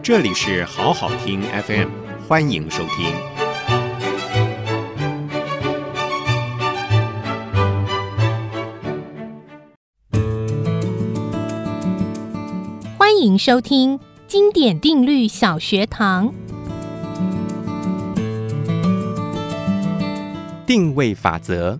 这里是好好听 FM， 欢迎收听。 欢迎收听经典定律小学堂。 定位法则。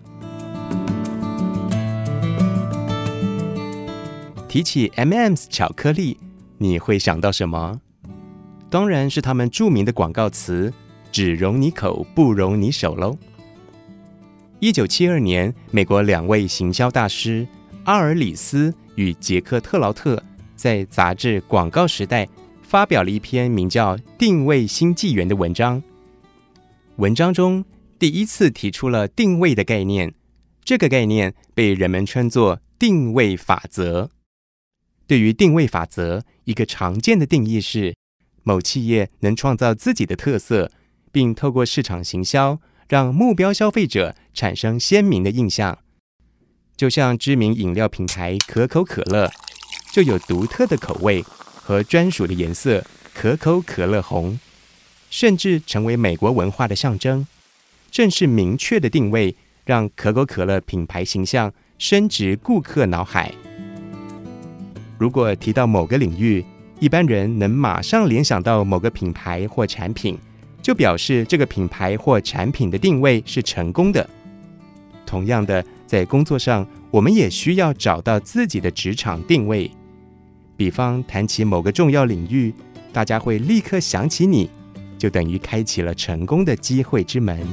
提起 M&M's 巧克力，你会想到什么？当然是他们著名的广告词“只容你口，不容你手”喽。1972年，美国2位行销大师阿尔里斯与杰克特劳特在杂志《广告时代》发表了一篇名叫《定位新纪元》的文章。文章中第一次提出了定位的概念，这个概念被人们称作定位法则。对于定位法则，一个常见的定义是，某企业能创造自己的特色，并透过市场行销，让目标消费者产生鲜明的印象。就像知名饮料品牌可口可乐，就有独特的口味和专属的颜色可口可乐红，甚至成为美国文化的象征。正是明确的定位，让可口可乐品牌形象深植顾客脑海。如果提到某个领域，一般人能马上联想到某个品牌或产品，就表示这个品牌或产品的定位是成功的。同样的，在工作上，我们也需要找到自己的职场定位。比方谈起某个重要领域，大家会立刻想起你，就等于开启了成功的机会之门。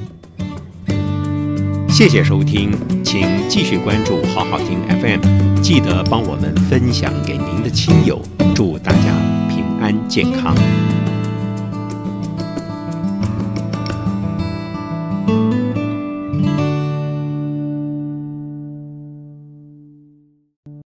谢谢收听，请继续关注好好听 FM， 记得帮我们分享给您的亲友，祝大家平安健康。